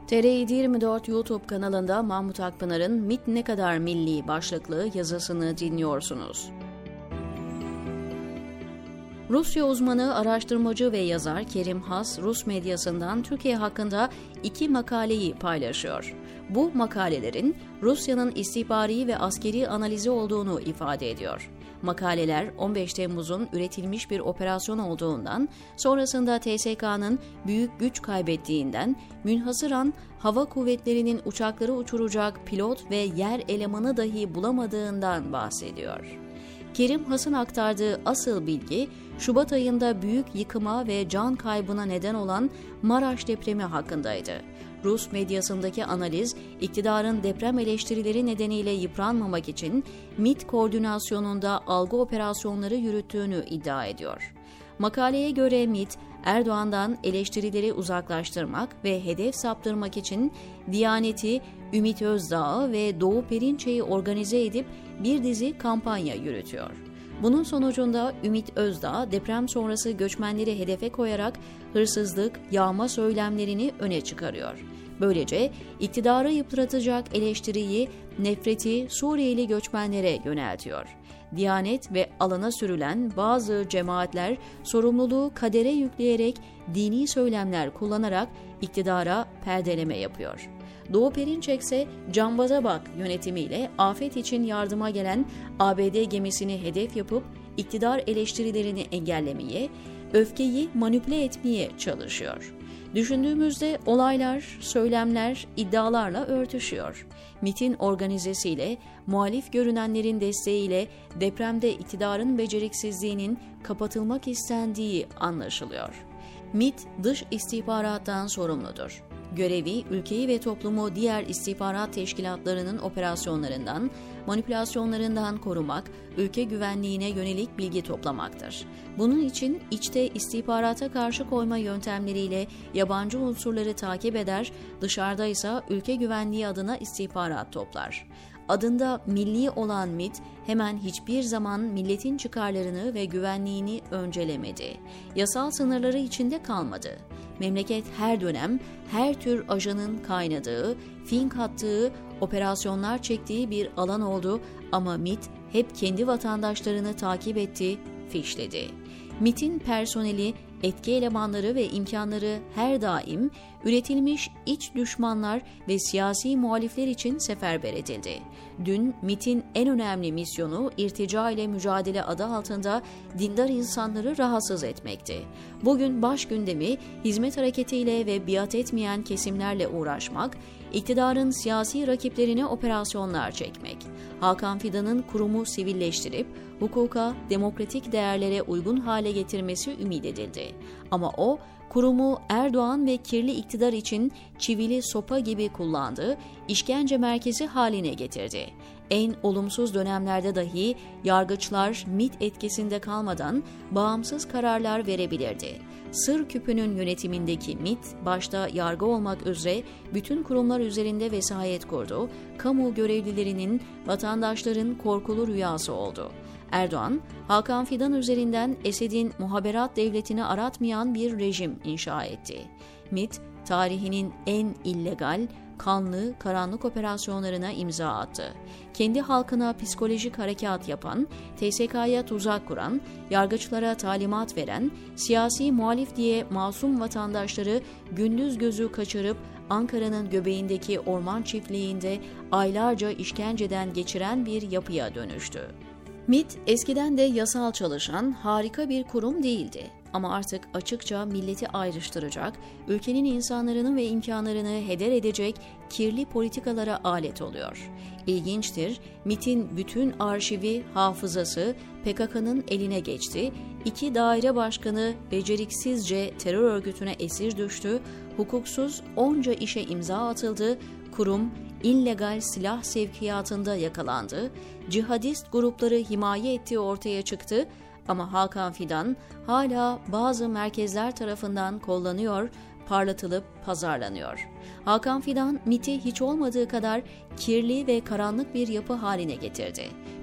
TR724 YouTube kanalında Mahmut Akpınar'ın MİT ne kadar milli başlıklı yazısını dinliyorsunuz. Rusya uzmanı, araştırmacı ve yazar Kerim Has, Rus medyasından Türkiye hakkında 2 makaleyi paylaşıyor. Bu makalelerin Rusya'nın istihbari ve askeri analizi olduğunu ifade ediyor. Makaleler 15 Temmuz'un üretilmiş bir operasyon olduğundan, sonrasında TSK'nın büyük güç kaybettiğinden, münhasıran hava kuvvetlerinin uçakları uçuracak pilot ve yer elemanı dahi bulamadığından bahsediyor. Kerim Has'ın aktardığı asıl bilgi, Şubat ayında büyük yıkıma ve can kaybına neden olan Maraş depremi hakkındaydı. Rus medyasındaki analiz, iktidarın deprem eleştirileri nedeniyle yıpranmamak için MİT koordinasyonunda algı operasyonları yürüttüğünü iddia ediyor. Makaleye göre MİT, Erdoğan'dan eleştirileri uzaklaştırmak ve hedef saptırmak için Diyanet'i, Ümit Özdağ'ı ve Doğu Perinçek'i organize edip bir dizi kampanya yürütüyor. Bunun sonucunda Ümit Özdağ, deprem sonrası göçmenleri hedefe koyarak hırsızlık, yağma söylemlerini öne çıkarıyor. Böylece iktidarı yıpratacak eleştiriyi, nefreti Suriyeli göçmenlere yöneltiyor. Diyanet ve alana sürülen bazı cemaatler sorumluluğu kadere yükleyerek dini söylemler kullanarak iktidara perdeleme yapıyor. Doğu Perinçek ise "Cambaza bak" yönetimiyle afet için yardıma gelen ABD gemisini hedef yapıp iktidar eleştirilerini engellemeye, öfkeyi manipüle etmeye çalışıyor. Düşündüğümüzde olaylar, söylemler iddialarla örtüşüyor. MİT'in organizesiyle, muhalif görünenlerin desteğiyle depremde iktidarın beceriksizliğinin kapatılmak istendiği anlaşılıyor. MİT, dış istihbarattan sorumludur. Görevi, ülkeyi ve toplumu diğer istihbarat teşkilatlarının operasyonlarından, manipülasyonlarından korumak, ülke güvenliğine yönelik bilgi toplamaktır. Bunun için içte istihbarata karşı koyma yöntemleriyle yabancı unsurları takip eder, dışarıda ise ülke güvenliği adına istihbarat toplar. Adında milli olan MİT, hemen hiçbir zaman milletin çıkarlarını ve güvenliğini öncelemedi. Yasal sınırları içinde kalmadı. Memleket her dönem, her tür ajanın kaynadığı, fink attığı, operasyonlar çektiği bir alan oldu ama MİT hep kendi vatandaşlarını takip etti, fişledi. MİT'in personeli, etki elemanları ve imkanları her daim üretilmiş iç düşmanlar ve siyasi muhalifler için seferber edildi. Dün MİT'in en önemli misyonu irtica ile mücadele adı altında dindar insanları rahatsız etmekti. Bugün baş gündemi hizmet hareketiyle ve biat etmeyen kesimlerle uğraşmak, iktidarın siyasi rakiplerine operasyonlar çekmek. Hakan Fidan'ın kurumu sivilleştirip hukuka, demokratik değerlere uygun hale getirmesi ümit edildi. Ama o, kurumu Erdoğan ve kirli iktidar için çivili sopa gibi kullandı, işkence merkezi haline getirdi. En olumsuz dönemlerde dahi yargıçlar MİT etkisinde kalmadan bağımsız kararlar verebilirdi. Sır küpünün yönetimindeki MİT, başta yargı olmak üzere bütün kurumlar üzerinde vesayet kurdu, kamu görevlilerinin, vatandaşların korkulu rüyası oldu. Erdoğan, Hakan Fidan üzerinden Esed'in muhaberat devletini aratmayan bir rejim inşa etti. MİT, tarihinin en illegal, kanlı, karanlık operasyonlarına imza attı. Kendi halkına psikolojik harekat yapan, TSK'ya tuzak kuran, yargıçlara talimat veren, siyasi muhalif diye masum vatandaşları gündüz gözü kaçırıp Ankara'nın göbeğindeki orman çiftliğinde aylarca işkenceden geçiren bir yapıya dönüştü. MİT eskiden de yasal çalışan harika bir kurum değildi. Ama artık açıkça milleti ayrıştıracak, ülkenin insanlarını ve imkanlarını heder edecek kirli politikalara alet oluyor. İlginçtir, MİT'in bütün arşivi, hafızası PKK'nın eline geçti, 2 daire başkanı beceriksizce terör örgütüne esir düştü, hukuksuz onca işe imza atıldı, kurum illegal silah sevkiyatında yakalandı, cihadist grupları himaye ettiği ortaya çıktı ama Hakan Fidan hala bazı merkezler tarafından kullanıyor, parlatılıp pazarlanıyor. Hakan Fidan, MİT'i hiç olmadığı kadar kirli ve karanlık bir yapı haline getirdi.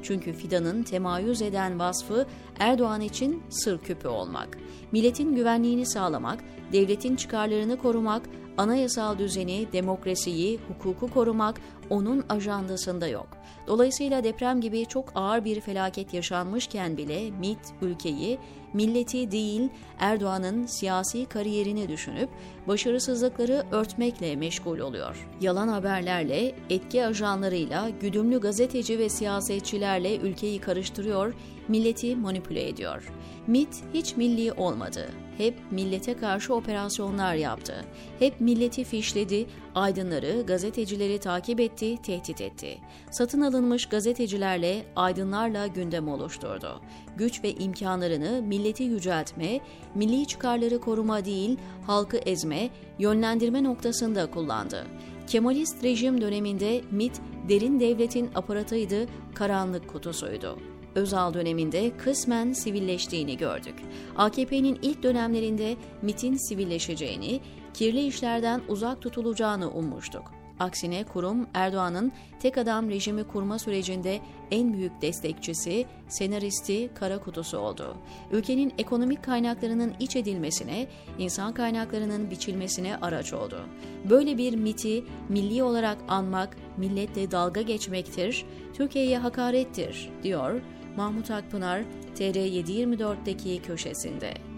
Çünkü Fidan'ın temayüz eden vasfı Erdoğan için sır küpü olmak. Milletin güvenliğini sağlamak, devletin çıkarlarını korumak, anayasal düzeni, demokrasiyi, hukuku korumak onun ajandasında yok. Dolayısıyla deprem gibi çok ağır bir felaket yaşanmışken bile MİT ülkeyi, milleti değil Erdoğan'ın siyasi kariyerini düşünüp başarısızlıkları örtmekle meşgul oluyor. Yalan haberlerle, etki ajanlarıyla, güdümlü gazeteci ve siyasetçilerle ülkeyi karıştırıyor, milleti manipüle ediyor. MİT hiç milli olmadı. Hep millete karşı operasyonlar yaptı. Hep milleti fişledi, aydınları, gazetecileri takip etti, tehdit etti. Satın alınmış gazetecilerle, aydınlarla gündem oluşturdu. Güç ve imkanlarını milleti yüceltme, milli çıkarları koruma değil, halkı ezme, yönlendirme noktasında kullandı. Kemalist rejim döneminde MİT, derin devletin aparatıydı, karanlık kutusuydu. Özal döneminde kısmen sivilleştiğini gördük. AKP'nin ilk dönemlerinde MİT'in sivilleşeceğini, kirli işlerden uzak tutulacağını ummuştuk. Aksine kurum Erdoğan'ın tek adam rejimi kurma sürecinde en büyük destekçisi, senaristi, kara kutusu oldu. Ülkenin ekonomik kaynaklarının iç edilmesine, insan kaynaklarının biçilmesine araç oldu. Böyle bir MİT'i milli olarak anmak, milletle dalga geçmektir, Türkiye'ye hakarettir, diyor Mahmut Akpınar, TR724'deki köşesinde.